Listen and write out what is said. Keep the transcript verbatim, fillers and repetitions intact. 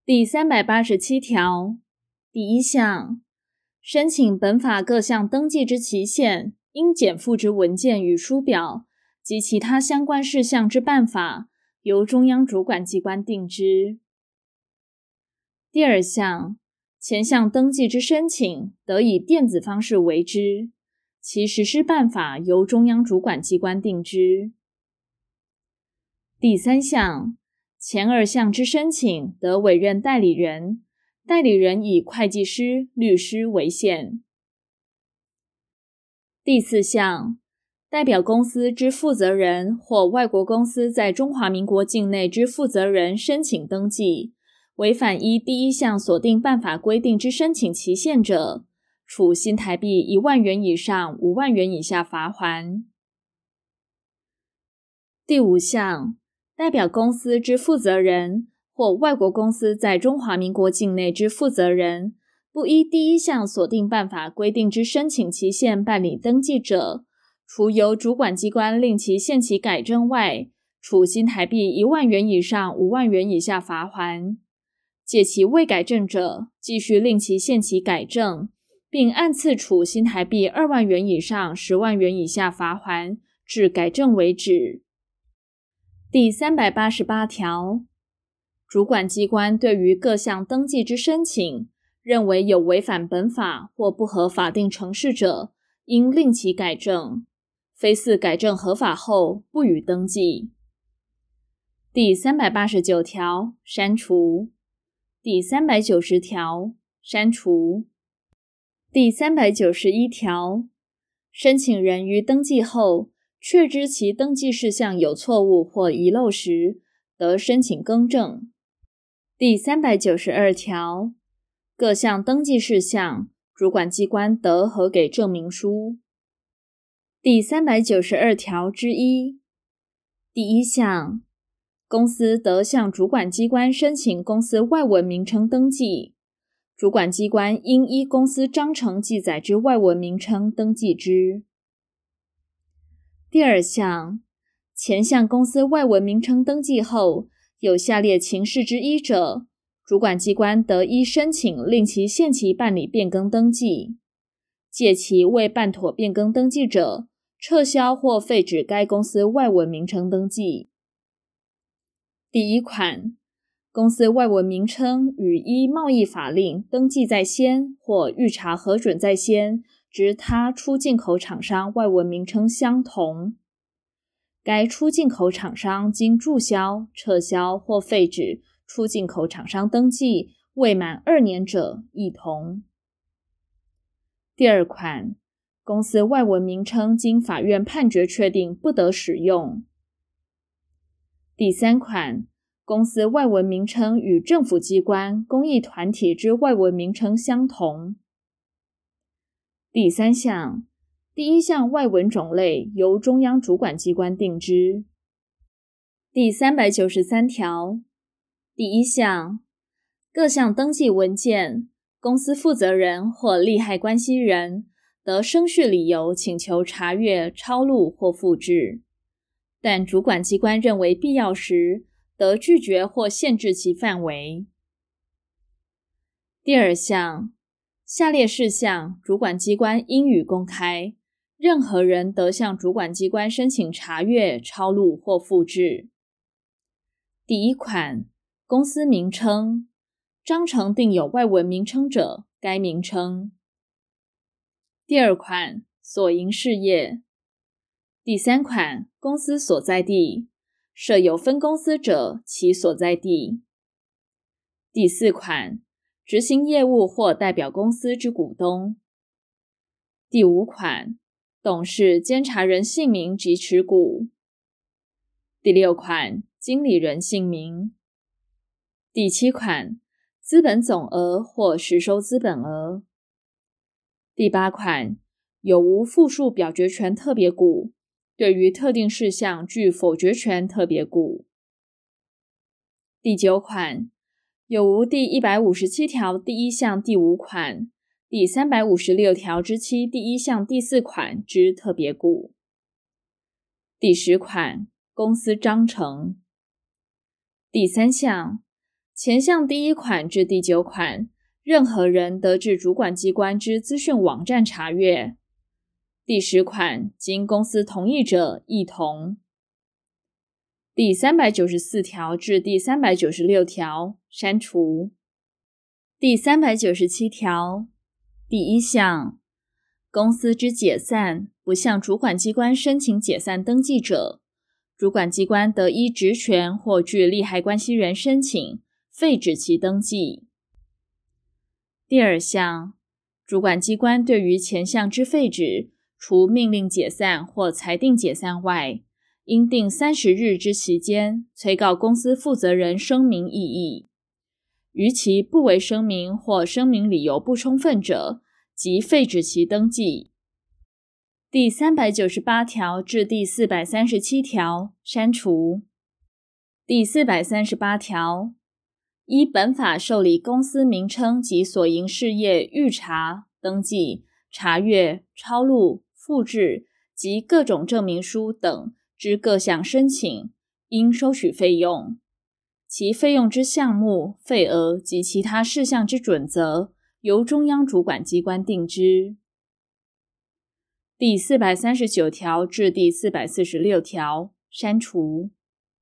第三百八十七条第一项，申请本法各项登记之期限，应减负之文件与书表及其他相关事项之办法，由中央主管机关定之。第二项，前项登记之申请，得以电子方式为之，其实施办法由中央主管机关定之。第三项，前二项之申请，得委任代理人，代理人以会计师、律师为限。第四项，代表公司之负责人或外国公司在中华民国境内之负责人申请登记，违反依第一项所定办法规定之申请期限者，处新台币一万元以上五万元以下罚锾。第五项，代表公司之负责人或外国公司在中华民国境内之负责人，不依第一项所定办法规定之申请期限办理登记者，除由主管机关令其限期改正外，处新台币一万元以上五万元以下罚锾。借其未改正者，继续令其限期改正，并按次处新台币二万元以上十万元以下罚锾，至改正为止。第三百八十八条，主管机关对于各项登记之申请，认为有违反本法或不合法定程序者，应令其改正，非似改正合法后，不予登记。第三百八十九条，删除。第三百九十条，删除。第三百九十一条，申请人于登记后，确知其登记事项有错误或遗漏时，得申请更正。第三百九十二条，各项登记事项，主管机关得核给证明书。第三百九十二条之一，第一项，公司得向主管机关申请公司外文名称登记，主管机关应依公司章程记载之外文名称登记之。第二项，前项公司外文名称登记后，有下列情事之一者，主管机关得依申请令其限期办理变更登记，借其未办妥变更登记者，撤销或废止该公司外文名称登记。第一款，公司外文名称与依贸易法令登记在先或预查核准在先之他出进口厂商外文名称相同，该出进口厂商经注销、撤销或废止出进口厂商登记未满二年者亦同。第二款，公司外文名称经法院判决确定不得使用。第三款，公司外文名称与政府机关、公益团体之外文名称相同。第三项，第一项外文种类由中央主管机关定之。第三百九十三条，第一项，各项登记文件，公司负责人或利害关系人得生序理由请求查阅、抄录或复制，但主管机关认为必要时，得拒绝或限制其范围。第二项，下列事项主管机关应予公开，任何人得向主管机关申请查阅、抄录或复制。第一款，公司名称，章程定有外文名称者，该名称。第二款，所营事业。第三款，公司所在地，设有分公司者，其所在地。第四款，执行业务或代表公司之股东。第五款，董事、监察人姓名及持股。第六款，经理人姓名。第七款，资本总额或实收资本额。第八款，有无复数表决权特别股，对于特定事项具否决权特别股。第九款，有无第一百五十七条第一项第五款、第三百五十六条之七第一项第四款之特别股。第十款，公司章程。第三项， 前项第一款至第九款，任何人得至主管机关之资讯网站查阅。第十款，经公司同意者亦同。第三百九十四条至第三百九十六条删除。第三百九十七条第一项，公司之解散，不向主管机关申请解散登记者，主管机关得依职权或据利害关系人申请，废止其登记。第二项，主管机关对于前项之废止，除命令解散或裁定解散外，应定三十日之期间，催告公司负责人声明异议。逾期不为声明或声明理由不充分者，即废止其登记。第三百九十八条至第四百三十七条删除。第四百三十八条，依本法受理公司名称及所营事业预查、登记、查阅、抄录、复制及各种证明书等之各项申请，应收取费用。其费用之项目、费额及其他事项之准则，由中央主管机关定之。第四百三十九条至第四百四十六条删除。